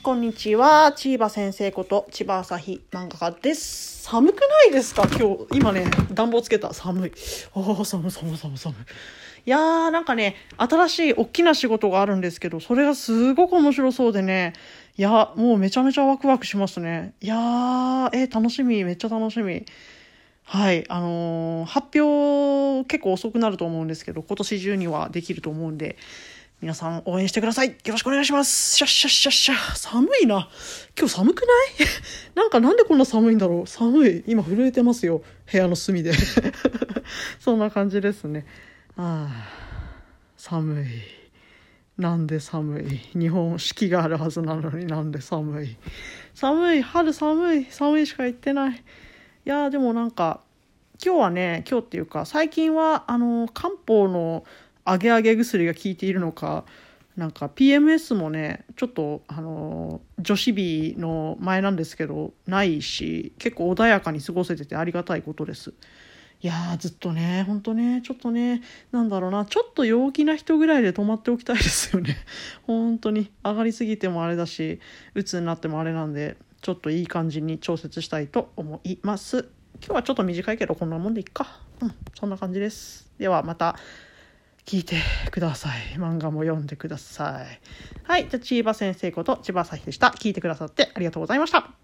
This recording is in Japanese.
こんにちは。千葉先生こと千葉朝日漫画家です。寒くないですか？今ね、暖房つけた。寒い。寒い。いやー、なんかね、新しい大きな仕事があるんですけど、それがすごく面白そうでね、いや、もうめちゃめちゃワクワクしますね。いやー、楽しみ。めっちゃ楽しみ。はい。発表結構遅くなると思うんですけど、今年中にはできると思うんで、皆さん応援してください。よろしくお願いします。シャッシャッシャッシャッ。寒いな。今日寒くないなんでこんな寒いんだろう。寒い。今震えてますよ。部屋の隅で。そんな感じですね。寒い。なんで寒い。日本四季があるはずなのになんで寒い。春寒いしか言ってない。いやーでもなんか、今日っていうか、最近は漢方のアゲアゲ薬が効いているのか、なんか PMS もね、ちょっと女子日の前なんですけどないし、結構穏やかに過ごせててありがたいことです。いやーずっとね、ほんとね、ちょっとね、なんだろうな、ちょっと陽気な人ぐらいで泊まっておきたいですよね。本当に上がりすぎてもあれだし、鬱になってもあれなんで、ちょっといい感じに調節したいと思います。今日はちょっと短いけどこんなもんでいっか。そんな感じです。ではまた聞いてください。漫画も読んでください。はい、じゃあ千葉先生こと千葉朝日でした。聞いてくださってありがとうございました。